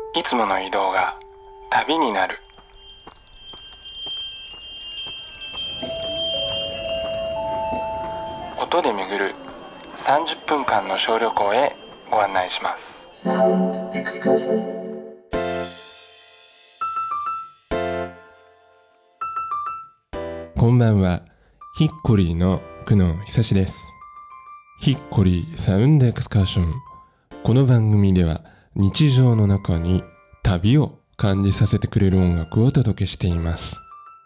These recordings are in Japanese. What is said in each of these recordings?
いつもの移動が旅になる。音で巡る30分間の小旅行へご案内します。こんばんは。ヒッコリーの久野久志です。ヒッコリーサウンドエクスカーション。この番組では日常の中に旅を感じさせてくれる音楽をお届けしています。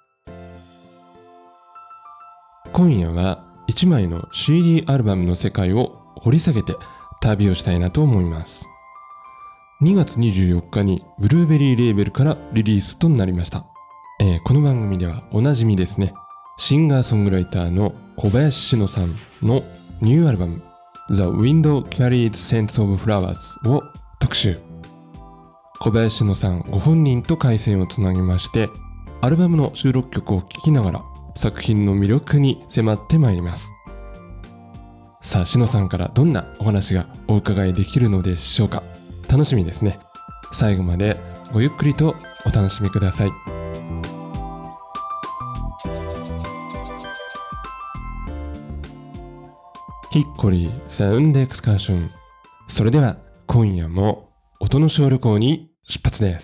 今夜は1枚の CD アルバムの世界を掘り下げて旅をしたいなと思います。2月24日にブルーベリーレーベルからリリースとなりました。この番組ではおなじみですね、シンガーソングライターの小林しのさんのニューアルバム The Wind Carried Scents of Flowers を特集。小林しのさんご本人と回線をつなぎまして、アルバムの収録曲を聴きながら作品の魅力に迫ってまいります。さあ、しのさんからどんなお話がお伺いできるのでしょうか。楽しみですね。最後までごゆっくりとお楽しみください。ヒッコリーサウンドエクスカーション。それでは今夜も音の小旅行に出発です。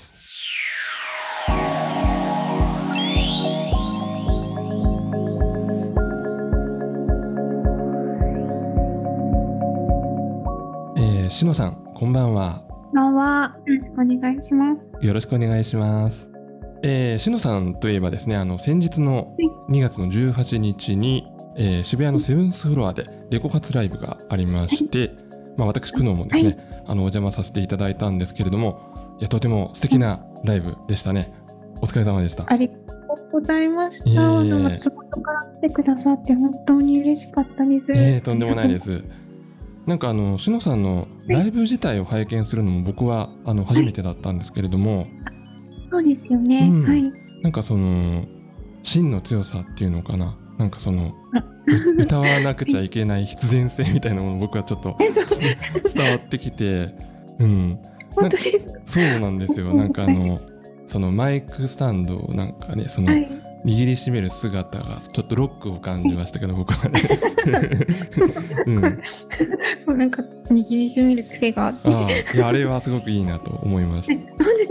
しのさん、こんばんは。 こんばんは。よろしくお願いします。 よろしくお願いします。しのさんといえばですね、先日の2月の18日に、渋谷のセブンスフロアでレコ発ライブがありまして、私久野もですね、お邪魔させていただいたんですけれども、いや、とても素敵なライブでしたね。お疲れ様でした。 ありがとうございました。松本から来てくださって本当に嬉しかったです。 とんでもないです。なんかしのさんのライブ自体を拝見するのも僕は初めてだったんですけれども、 そうですよね、はい。 なんかその芯の強さっていうのかな、なんかその歌わなくちゃいけない必然性みたいなもの僕はちょっと伝わってきて、 本当ですか？ そうなんですよ。なんかそのマイクスタンドをなんかね、その握りしめる姿がちょっとロックを感じましたけど、僕はねそう、なんか握りしめる癖があって、 いや、あれはすごくいいなと思いました。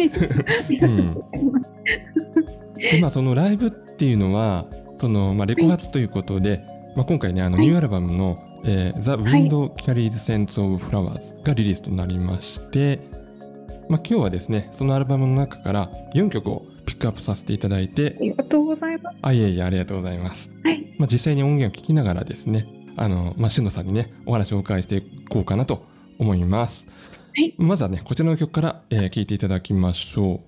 で、そのライブっていうのはその、レコ発ということで、今回ねニューアルバムの、The Wind Carried Scents of Flowers がリリースとなりまして、今日はですね、そのアルバムの中から4曲をピックアップさせていただいて、 ありがとうございます。 いえいえ、ありがとうございます。 はい。 実際に音源を聞きながらですね、しのさんにねお話をお伺いしていこうかなと思います。 はい。 まずはね、こちらの曲から、聴いていただきましょう。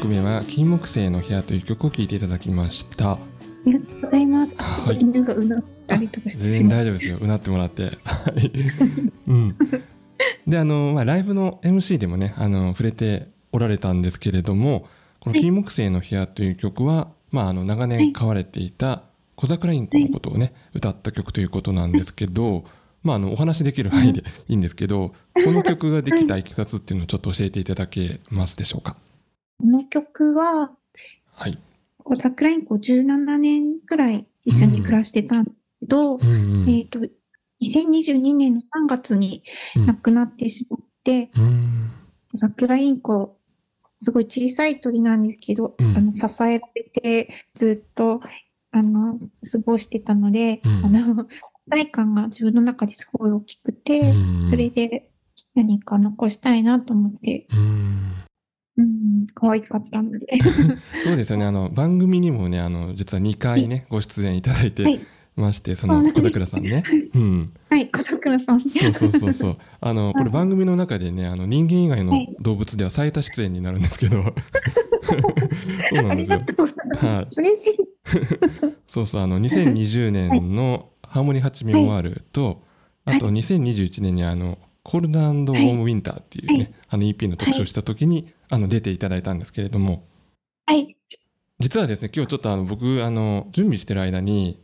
曲目は金木犀の部屋という曲を聴いていただきました。 ありがとうございます。ちょっと犬がうなったりとかして、 全然大丈夫ですよ。うなってもらって。うん。で、ライブの MC でもね、触れておられたんですけれども、この金木犀の部屋という曲は、長年飼われていた小桜インコのことをね、歌った曲ということなんですけど、お話できる範囲でいいんですけど、この曲ができたいきさつっていうのをちょっと教えていただけますでしょうか。 この曲は、 はい。 小桜インコ17年くらい一緒に暮らしてたんですけど、2022年の3月に亡くなってしまって、小桜インコ、すごい小さい鳥なんですけど、支えられてずっと過ごしてたので、存在感が自分の中ですごい大きくて、それで何か残したいなと思って、可愛かったのでそうですよね。番組にもね、実は2回ね、ご出演いただいてまして、その小桜さんね。 はい、小桜さん。 そう。これ番組の中でね、人間以外の動物では最多出演になるんですけど、そうなんですよ。 嬉しい。 そう、2020年のハーモニーハッチメモワールと、あと2021年にコールド&ウォームウィンターっていうね、EP の特集をした時に出ていただいたんですけれども、実はですね、今日ちょっと僕準備してる間に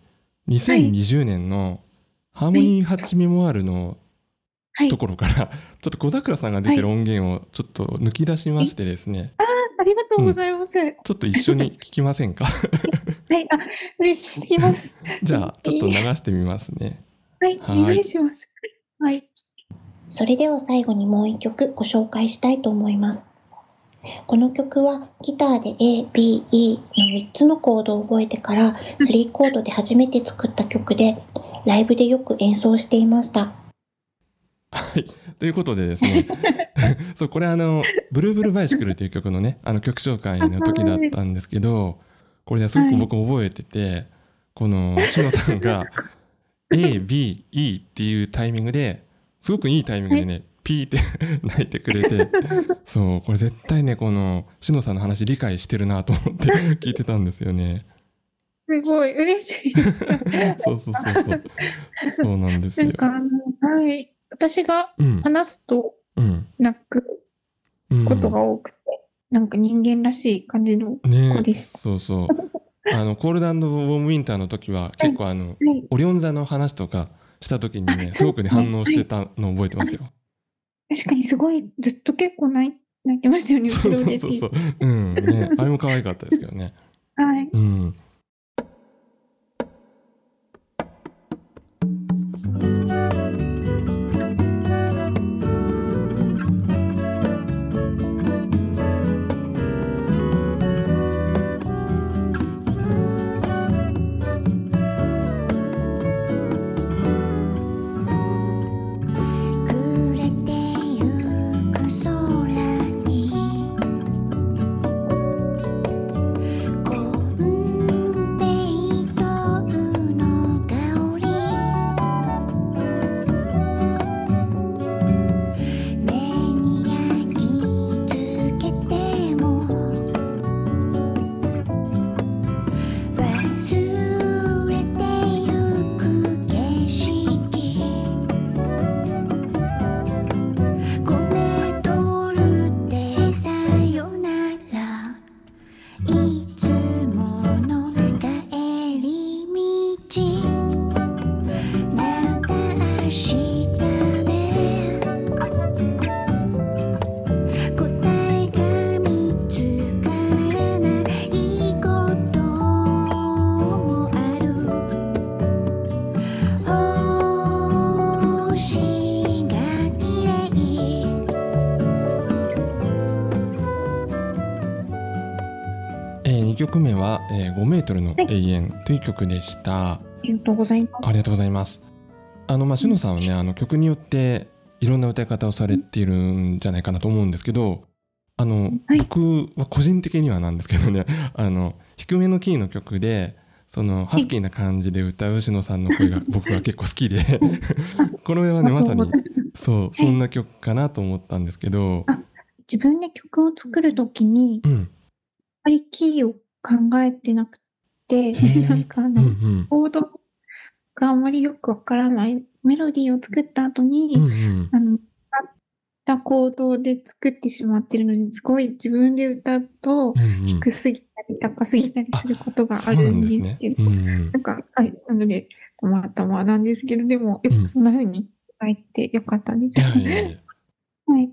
2020年のハーモニーハッチメモワールのところからちょっと小桜さんが出てる音源をちょっと抜き出しましてですね、 ありがとうございます。 ちょっと一緒に聞きませんか。 はい、嬉しい聞きます。 じゃあちょっと流してみますね。 はい、お願いします。はい。 それでは最後にもう一曲ご紹介したいと思います。この曲はギターで A、B、E の3つのコードを覚えてから3コードで初めて作った曲で、ライブでよく演奏していました。 はい、ということでですねそう、これブルーブルバイシクルという曲のね、曲紹介の時だったんですけど、これね、すごく僕覚えてて、このしのさんが A、B、E っていうタイミングですごくいいタイミングでね、ピーって泣いてくれて、そう、これ絶対ね、このしのさんの話理解してるなと思って聞いてたんですよね。 すごい嬉しいです。 そう。そうなんですよ。 なんかはい、私が話すと泣くことが多くて、なんか人間らしい感じの子です。 そう。コールド&ウォームウィンターの時は結構オリオン座の話とかした時にね、すごくね反応してたのを覚えてますよ。 確かにすごいずっと結構泣いてましたよね。 そう。ね、あれも可愛かったですけどね。 はい。 2曲目は、5メートルの永遠という曲でした。 ありがとうございます。 ありがとうございます。しのさんはね、曲によっていろんな歌い方をされているんじゃないかなと思うんですけど、僕は個人的にはなんですけどね、低めのキーの曲でそのハスキーな感じで歌うしのさんの声が僕は結構好きでこれはねまさにそんな曲かなと思ったんですけど、 自分で曲を作るときに、 まりキーを考えてなくて、なんかコードがあんまりよくわからない。メロディーを作った後に、使ったコードで作ってしまってるのに、すごい自分で歌うと、低すぎたり高すぎたりすることがあるんですけど、なんか、はい、なので、たまたまなんですけど、でも、よくそんな風に書いてよかったです。はい。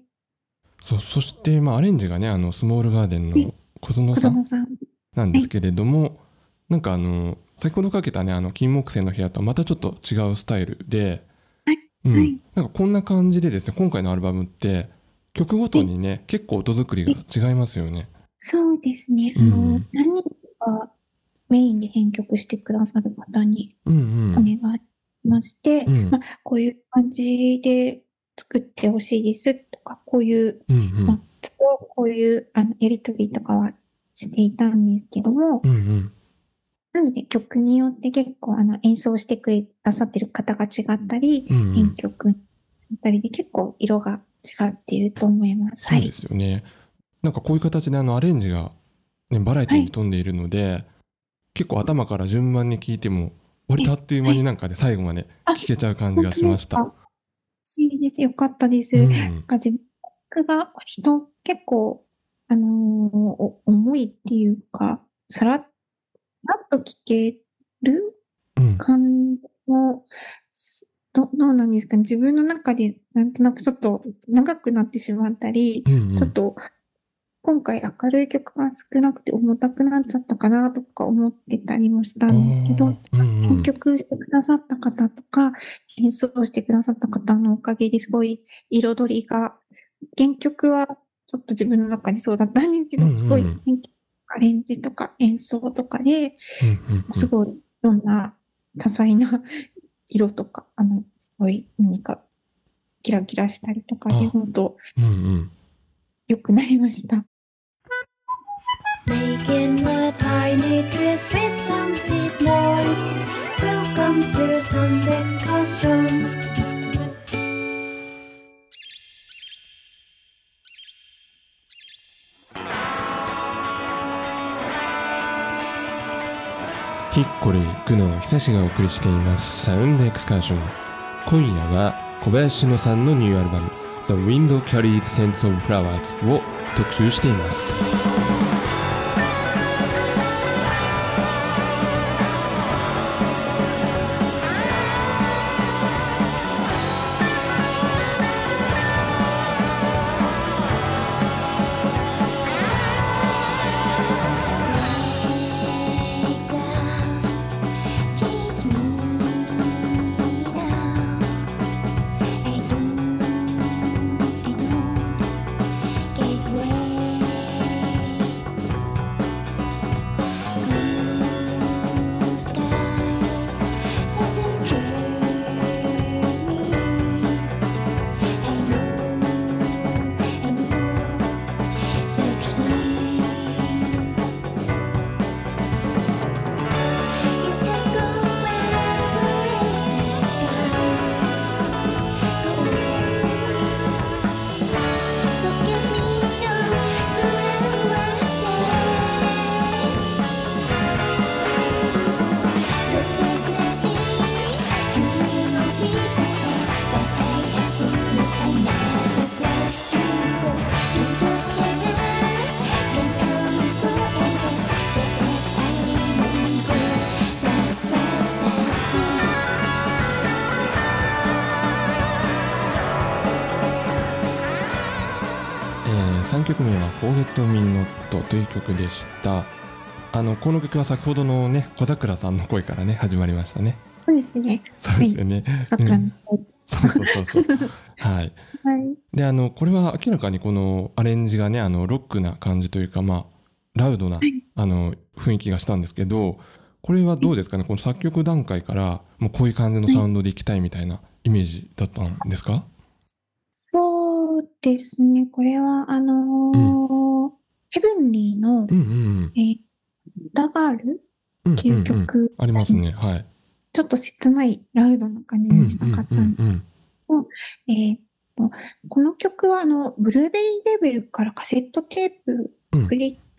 そして、アレンジがね、スモールガーデンの小園さんなんですけれども、なんか先ほどかけたね、金木犀の部屋とはまたちょっと違うスタイルで、なんかこんな感じでですね、今回のアルバムって曲ごとにね、結構音作りが違いますよね。 そうですね。何人かメインで編曲してくださる方にお願いしまして、こういう感じで作ってほしいですとか、こういう、こういうやりとりとかはしていたんですけども、なので曲によって結構演奏してくださってる方が違ったり、編曲したりで結構色が違っていると思います。 そうですよね。なんかこういう形でアレンジが、ね、バラエティに富んでいるので、結構頭から順番に聴いても割とあっという間になんかで最後まで聴けちゃう感じがしました。 いいです。よかったです。なんか自分が割と結構、重いっていうか、さらっと聴ける感じも、どうなんですかね。自分の中でなんとなくちょっと長くなってしまったり、ちょっと今回明るい曲が少なくて重たくなっちゃったかなとか思ってたりもしたんですけど、編曲してくださった方とか、演奏してくださった方のおかげですごい彩りが、原曲はちょっと自分の中にそうだったんですけど、すごいアレンジとか演奏とかで、すごいいろんな多彩な色とか、すごい何かキラキラしたりとかで、本当、良くなりました。Making a tiny trip with some seed noise. Welcome to some excursion. ヒッコリー久野久志がお送りしていますサウンドエクスカーション。今夜は小林篠さんのニューアルバム The Wind Carried Scents of Flowers を特集しています。3曲目は Forget Me Not という曲でした。この曲は先ほどのね小桜さんの声からね始まりましたね。そうですね。 そうですよね。 桜の声。 そうはい。でこれは明らかにこのアレンジがねロックな感じというかラウドな雰囲気がしたんですけど、これはどうですかね。この作曲段階からもうこういう感じのサウンドでいきたいみたいなイメージだったんですか？ そうですね。これは、ヘブンリーの、ダガールっていう曲、 ありますね。はい。 ちょっと切ないラウドな感じにしたかったんですけど、この曲は、ブルーベリーレーベルからカセットテープ、スプリット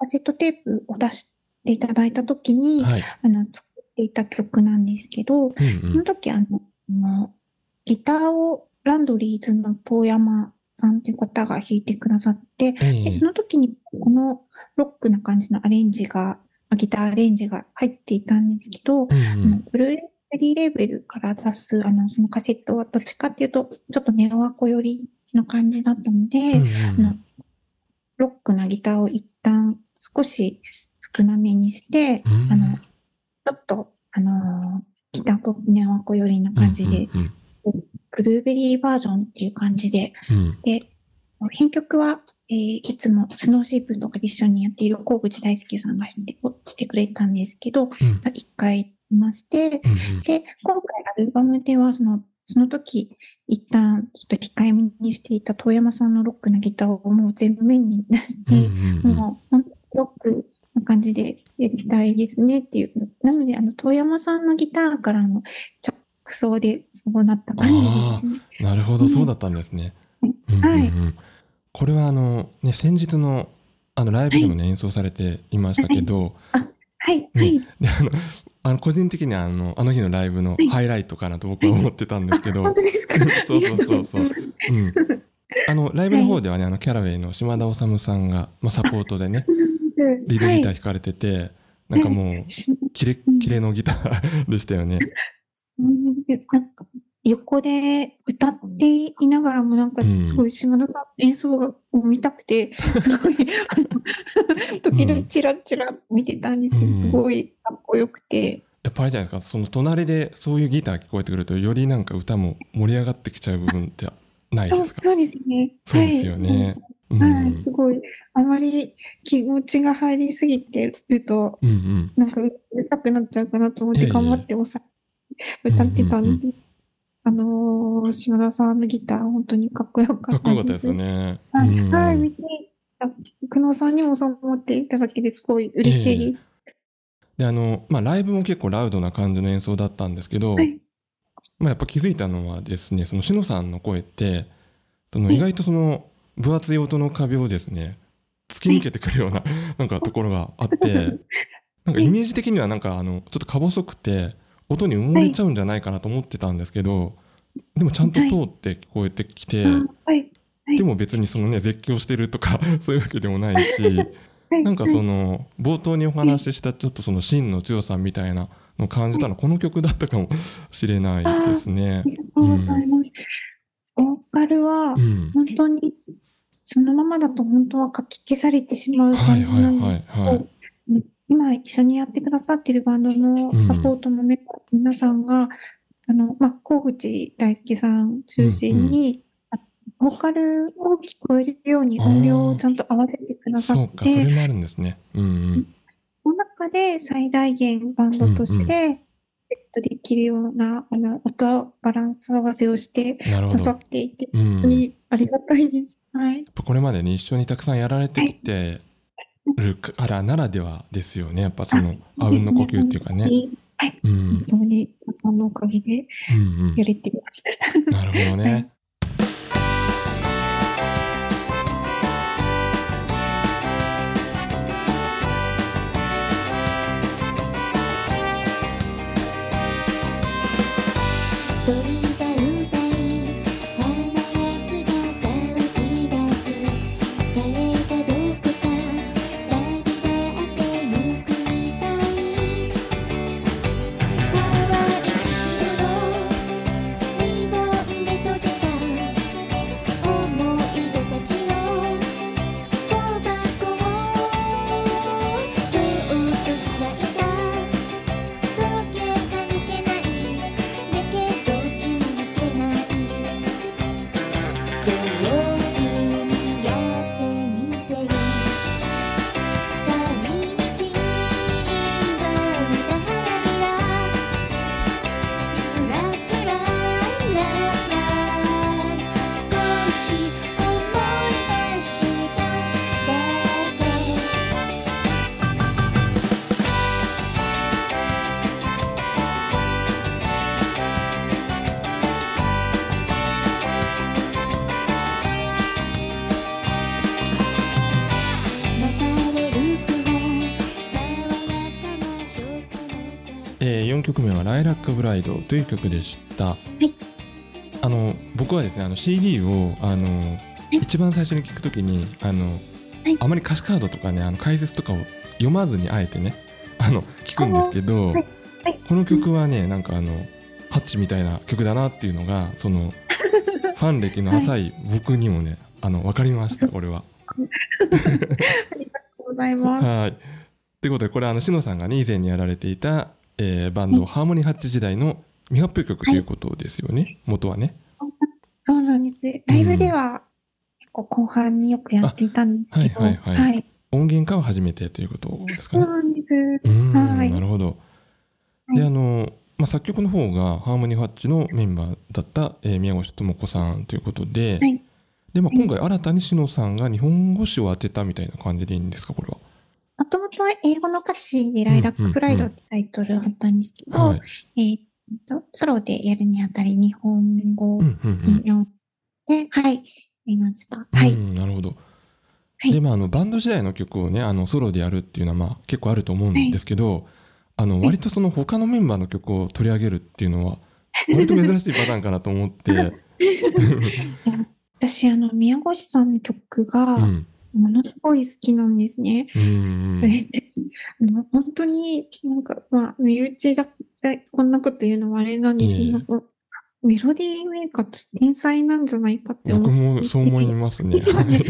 カセットテープを出していただいたときに、 はい。 作っていた曲なんですけど、 うんうんその時ギターをランドリーズの遠山さんという方が弾いてくださって、で、その時にこのロックな感じのギターアレンジが入っていたんですけど、ブルーベリーレーベルから出す、そのカセットはどっちかっていうと、ちょっとネオアコ寄りの感じだったので、ロックなギターを一旦少し少なめにして、ちょっと、ギターポップネオアコ寄りな感じで、ブルーベリーバージョンっていう感じで、で、編曲は、いつもスノーシープとかで一緒にやっている河口大輔さんがしてくれたんですけど、一回いまして、で、今回アルバムではその時、一旦ちょっと控えめにしていた遠山さんのロックなギターをもう全面に出して、もう本当にロックな感じでやりたいですねっていう。なので、遠山さんのギターからの着想でそうなった感じですね。 なるほど、そうだったんですね。 はい。 これは先日のライブでもね、演奏されていましたけど、 はい。 で個人的にはあの日のライブのハイライトかなと僕は思ってたんですけど、 本当ですか？ そう。ライブの方ではね、キャラウェイの島田治さんが、サポートでね、リードギター弾かれてて、なんかもう、キレッキレのギターでしたよね。 なんか横で歌っていながらもなんかすごい島田さんの演奏を見たくて、すごい時々チラチラ見てたんですけど、すごいかっこよくて。 やっぱりじゃないですか、その隣でそういうギター聞こえてくると、よりなんか歌も盛り上がってきちゃう部分ってないですか？ そうですね。 そうですよね。 すごい、あまり気持ちが入りすぎてると、なんかうるさくなっちゃうかなと思って頑張って歌ってたんで、島田さんのギター本当にかっこよかったです。 かっこよかったですよね。 はい、見て久野さんにもそう思っていただけですごい嬉しいです。 でライブも結構ラウドな感じの演奏だったんですけど、やっぱ気づいたのはですね、そのしのさんの声って意外とその分厚い音の壁をですね突き抜けてくるようななんかところがあってなんかイメージ的にはなんかちょっとか細くて音に埋もれちゃうんじゃないかなと思ってたんですけど、でもちゃんと通って聞こえてきて、でも別にそのね絶叫してるとかそういうわけでもないし、なんかその冒頭にお話ししたちょっとその芯の強さみたいなのを感じたのこの曲だったかもしれないですね。 ボーカルは本当にそのままだと本当はかき消されてしまう感じなんですけど、今一緒にやってくださってるバンドのサポートの皆さんが河口大輔さん中心に、ボーカルを聞こえるように音量をちゃんと合わせてくださって、 そうか、それもあるんですね。 その中で最大限バンドとしてセットできるような音バランス合わせをしてくださっていて、本当にありがたいです。はい。 これまでに一緒にたくさんやられてきてるからならではですよね。やっぱそのあうんの呼吸っていうかね。 本当に皆さんのおかげでやれてます。 なるほどね。 曲目はライラックブライドという曲でした。はい、僕はですねCD を一番最初に聞くときにあまり歌詞カードとかね解説とかを読まずにあえてね聞くんですけど、この曲はねなんかハッチみたいな曲だなっていうのがそのファン歴の浅い僕にもね分かりました。これはありがとうございます。 はい。ということでこれしのさんがね以前にやられていた、バンド、ハーモニーハッチ時代の未発表曲ということですよね、元はね。 そうなんです。ライブでは結構後半によくやっていたんですけど、 音源化は初めてということですかね。 そうなんです。 なるほど。で作曲の方がハーモニーハッチのメンバーだった、宮越智子さんということで、で今回新たにしのさんが日本語詞を当てたみたいな感じでいいんですか、これは。 もともとは英語の歌詞でライラックプライドってタイトルだったんですけど、ソロでやるにあたり日本語に読んで、やりました。 なるほど。でバンド時代の曲をねソロでやるっていうのは結構あると思うんですけど、割とその他のメンバーの曲を取り上げるっていうのは割と珍しいパターンかなと思って私宮越さんの曲がものすごい好きなんですね。それで本当になんか身内だこんなこと言うのはあれなんですけど、メロディーメーカーと天才なんじゃないかって思って。 僕もそう思いますね。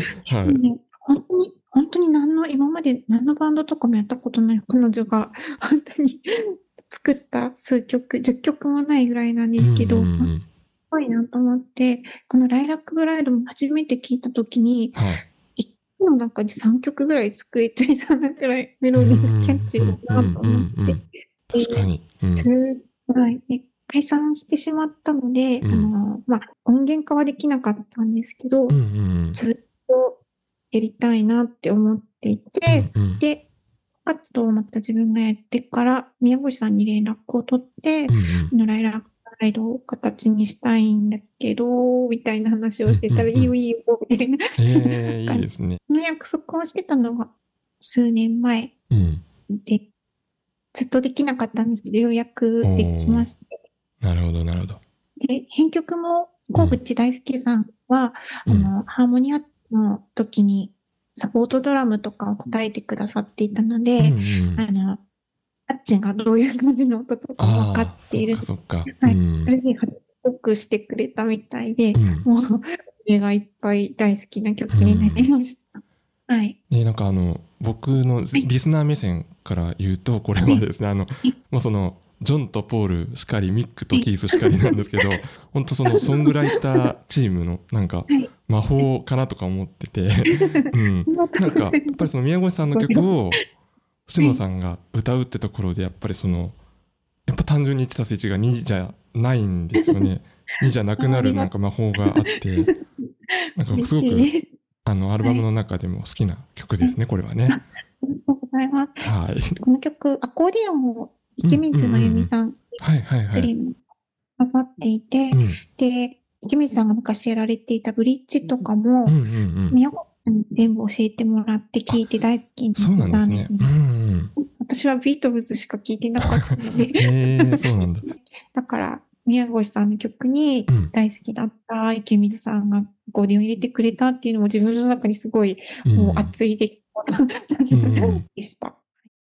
本当に今まで何のバンドとかもやったことない彼女が本当に作った数曲、10曲もないぐらいなんですけど、すごいなと思って、このライラックブライドも初めて聞いたときに、1曲の中で3曲ぐらい作れちゃいそうなくらいメロディーがキャッチーだなと思って。 確かに。 解散してしまったので、音源化はできなかったんですけど、ずっとやりたいなって思っていて、で、活動をまた自分がやってから、宮越さんに連絡を取って、ライラックブライドを形にしたいんだけど、みたいな話をしてたら、いいよいいよ、みたいな。 いいですね。 その約束をしてたのが数年前で、ずっとできなかったんですけど、ようやくできまして。 なるほど、なるほど。 で、編曲も小口大輔さんは、ハーモニーハッチの時にサポートドラムとかを叩いてくださっていたので、ハッチがどういう感じの音とかも分かっている。それで発音してくれたみたいで、もう、これがいっぱい大好きな曲になりました。 なんか僕のリスナー目線から言うと、これはですね、もうその、ジョンとポールしかりミックとキースしかりなんですけど本当そのソングライターチームのなんか魔法かなとか思ってて、なんかやっぱりその宮越さんの曲をしのさんが歌うってところでやっぱりやっぱ単純に 1+1 が2じゃないんですよね。2じゃなくなるなんか魔法があってなんかすごくアルバムの中でも好きな曲ですね、これはね。 ありがとうございます。この曲アコーディオンを池水真由美さんにクリームなさっていて、で、池水さんが昔やられていたブリッジとかも、宮越さんに全部教えてもらって聞いて大好きになったんですね。私はビートルズしか聞いてなかったのでそうなんだ。 だから宮越さんの曲に大好きだった池水さんがアコーディオン入れてくれたっていうのも自分の中にすごいもう熱い出来事でした。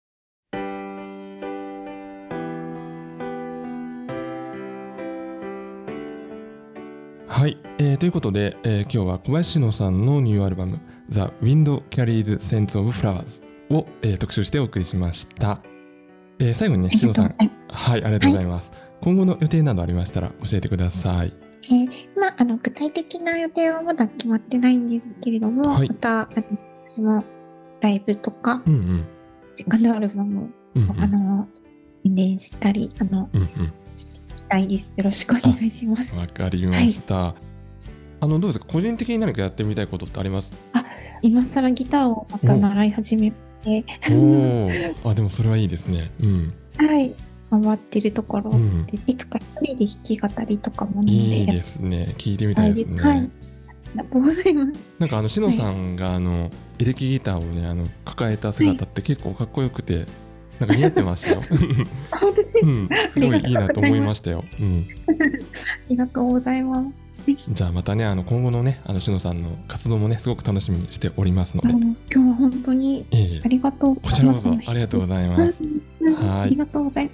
はい、ということで、今日は小林野さんのニューアルバム The Wind Carries Scents of Flowers を、特集してお送りしました。最後にね、しのさん、ありがとうございます。今後の予定などありましたら教えてください。 具体的な予定はまだ決まってないんですけれども、また私もライブとか、セカンドアルバムを宣伝したりです。よろしくお願いします。 わかりました。どうですか、個人的に何かやってみたいことってあります？ 今更ギターをまた習い始めてでもそれはいいですね。 頑張ってるところで、いつか一人で弾き語りとかもいいですね。聞いてみたいですね。 ありがとうございます。 なんかしのさんがエレキギターをね抱えた姿って結構かっこよくてなんか似合ってましたよ。 本当ですか、 すごいいいなと思いましたよ。 ありがとうございます。 じゃあまたね、今後のね、しのさんの活動もね、すごく楽しみにしておりますので。 今日は本当にありがとうございます。 こちらこそありがとうございます。 ありがとうございます。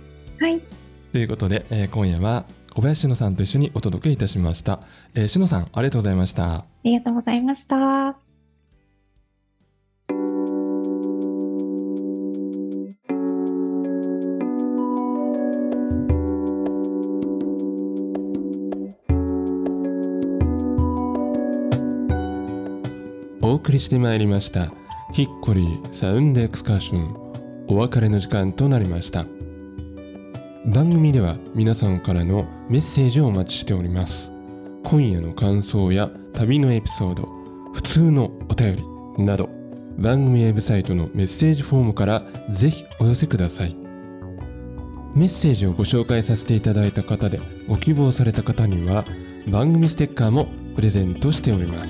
はい。 ということで、今夜は小林しのさんと一緒にお届けいたしました。しのさん、ありがとうございました。 ありがとうございました。 お送りしてまいりましたヒッコリーサウンドエクスカーション、お別れの時間となりました。番組では皆さんからのメッセージをお待ちしております。今夜の感想や旅のエピソード、普通のお便りなど、番組ウェブサイトのメッセージフォームからぜひお寄せください。メッセージをご紹介させていただいた方でご希望された方には番組ステッカーもプレゼントしております。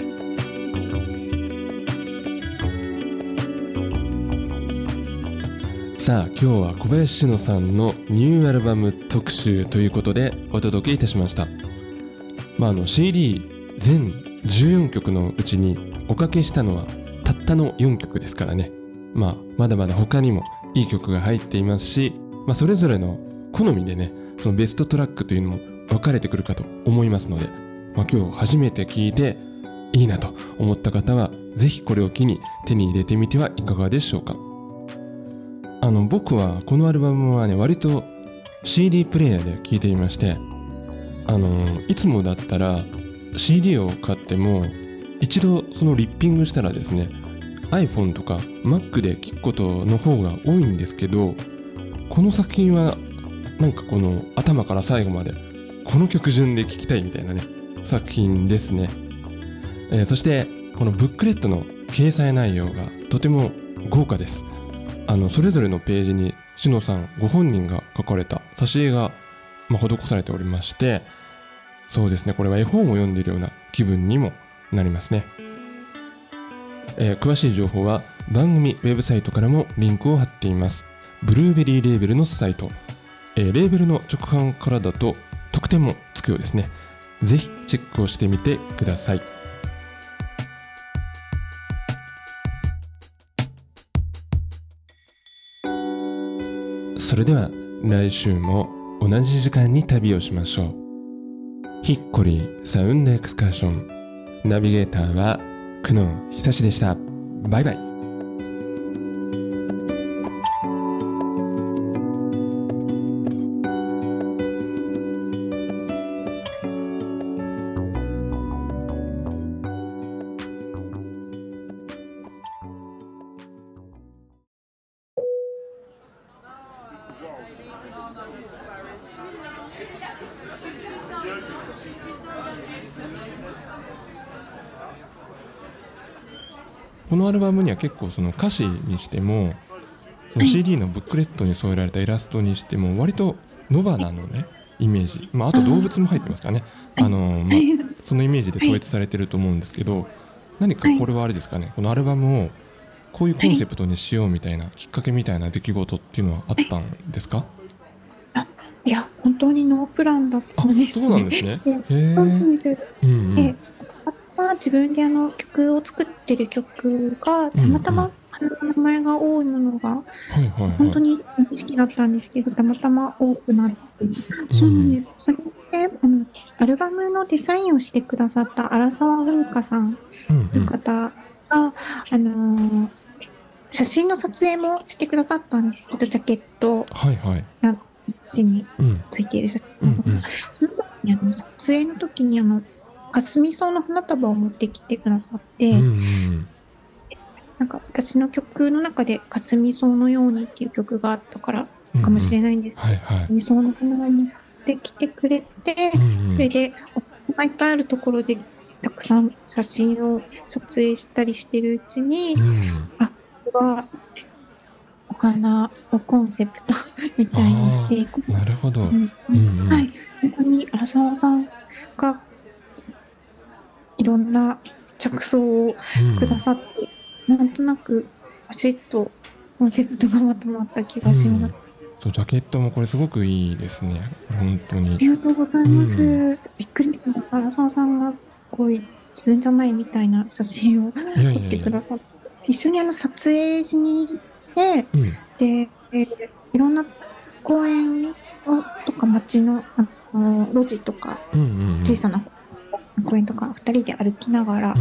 さあ、今日は小林しのさんのニューアルバム特集ということでお届けいたしました。CD 全14曲のうちにおかけしたのはたったの4曲ですからね。まだまだ他にもいい曲が入っていますし、それぞれの好みでね、そのベストトラックというのも分かれてくるかと思いますので、今日初めて聴いていいなと思った方はぜひこれを機に手に入れてみてはいかがでしょうか。僕はこのアルバムはね、割と CD プレイヤーで聴いていまして、いつもだったら CD を買っても一度そのリッピングしたらですね、 iPhone とか Mac で聴くことの方が多いんですけど、この作品はなんかこの頭から最後までこの曲順で聴きたいみたいなね作品ですね。そしてこのブックレットの掲載内容がとても豪華です。それぞれのページにしのさんご本人が書かれた挿絵が、施されておりまして、そうですね、これは絵本を読んでいるような気分にもなりますね。詳しい情報は番組ウェブサイトからもリンクを貼っています。ブルーベリーレーベルのサイト、レーベルの直販からだと特典もつくようですね。ぜひチェックをしてみてください。それでは来週も同じ時間に旅をしましょう。ヒッコリーサウンドエクスカーション、ナビゲーターは久野久志でした。バイバイ。このアルバムには結構その歌詞にしても、その CD のブックレットに添えられたイラストにしても割と野花のねイメージ、あと動物も入ってますからね、そのイメージで統一されてると思うんですけど、何かこれはあれですかね、このアルバムをこういうコンセプトにしようみたいなきっかけみたいな出来事っていうのはあったんですか？ いや、本当にノープランだったんですね。 そうなんですね。 そうなんです。自分で曲を作ってる曲がたまたま名前が多いものが本当に好きだったんですけど、たまたま多くなって、そうなんです。それでアルバムのデザインをしてくださった荒沢文香さんという方が、写真の撮影もしてくださったんですけど、ジャケットが地についている写真、その時に撮影の時にかすみ草の花束を持ってきてくださって、なんか私の曲の中でかすみ草のようにっていう曲があったからかもしれないんですけど、かすみ草の花を持ってきてくれて、それでいっぱいあるところでたくさん写真を撮影したりしてるうちに、これはお花をコンセプトみたいにしていく。 なるほど。はい。 本当に荒沢さんがいろんな着想をくださって、なんとなくバシッとコンセプトがまとまった気がします。 そう、ジャケットもこれすごくいいですね。本当に。 ありがとうございます。びっくりしました。荒沢さんがこういう自分じゃないみたいな写真を撮ってくださって、一緒に撮影時に行って、で、いろんな公園とか街の、路地とか、小さな公園とか2人で歩きながら、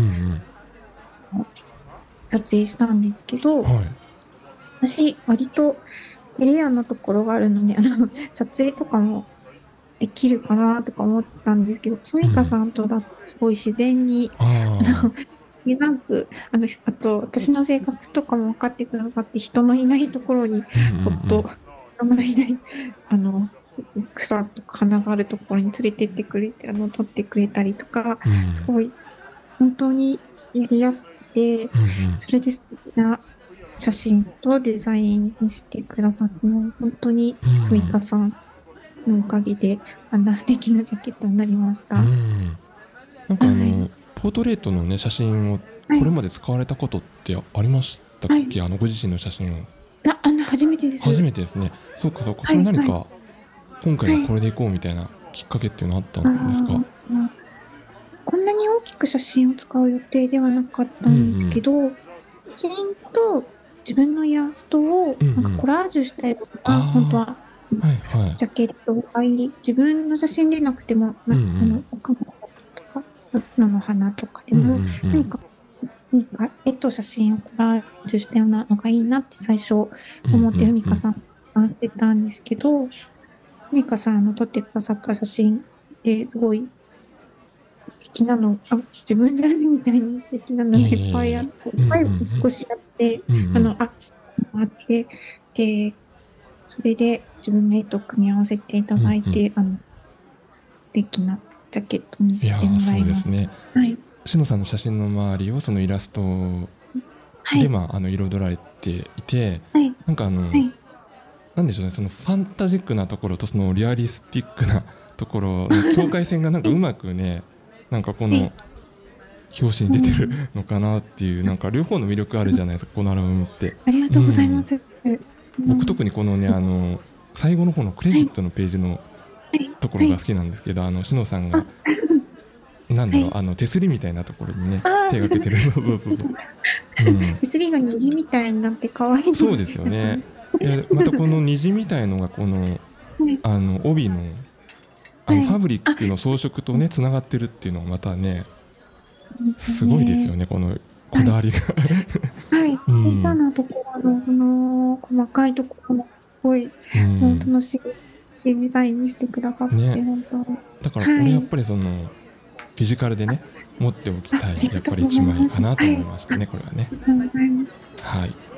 撮影したんですけど、私割とレアなところがあるので撮影とかもできるかなとか思ったんですけど、ふみかさんとだとすごい自然に、なんかあと私の性格とかも分かってくださって、人のいないところにそっと、人のいない草とか花があるところに連れてってくれて撮ってくれたりとか、すごい本当にやりやすくて、それで素敵な写真とデザインにしてくださって、本当にふみかさんのおかげであんな素敵なジャケットになりました。 なんかポートレートのね写真をこれまで使われたことってありましたっけ？ご自身の写真を。 初めてです。 初めてですね。そうかそうか。それ何か今回はこれでいこうみたいなきっかけっていうのはあったんですか？ こんなに大きく写真を使う予定ではなかったんですけど、写真と自分のイラストをなんかコラージュしたような、本当はジャケットがいい、自分の写真でなくても、岡本とか菜の花とかでも、何か絵と写真をコラージュしたようなのがいいなって最初思ってふみかさんとしてたんですけど、ふみかさんの撮ってくださった写真ですごい素敵なの、自分じゃないみたいに素敵なのがいっぱいあって、いっぱい少しあって、あって、で、それで自分の絵と組み合わせていただいて、素敵なジャケットにしてもらいます。 そうですね。しのさんの写真の周りをそのイラストで、彩られていて、なんかなんでしょうね、そのファンタジックなところとそのリアリスティックなところの境界線がなんかうまくね、なんかこの表紙に出てるのかなっていう、なんか両方の魅力あるじゃないですか、このアルバムって。 ありがとうございます。 僕特にこのね最後の方のクレジットのページのところが好きなんですけど、しのさんがなんだろう、手すりみたいなところにね手がけてる手すりが虹みたいになって可愛い。 そうですよね。またこの虹みたいのがこの帯のファブリックの装飾とねつながってるっていうのがまたねすごいですよね、このこだわりが。 小さなところのその細かいところもすごい楽しいデザインにしてくださって、本当だからこれやっぱりそのフィジカルでね持っておきたいやっぱり一枚かなと思いましたね、これはね。はい。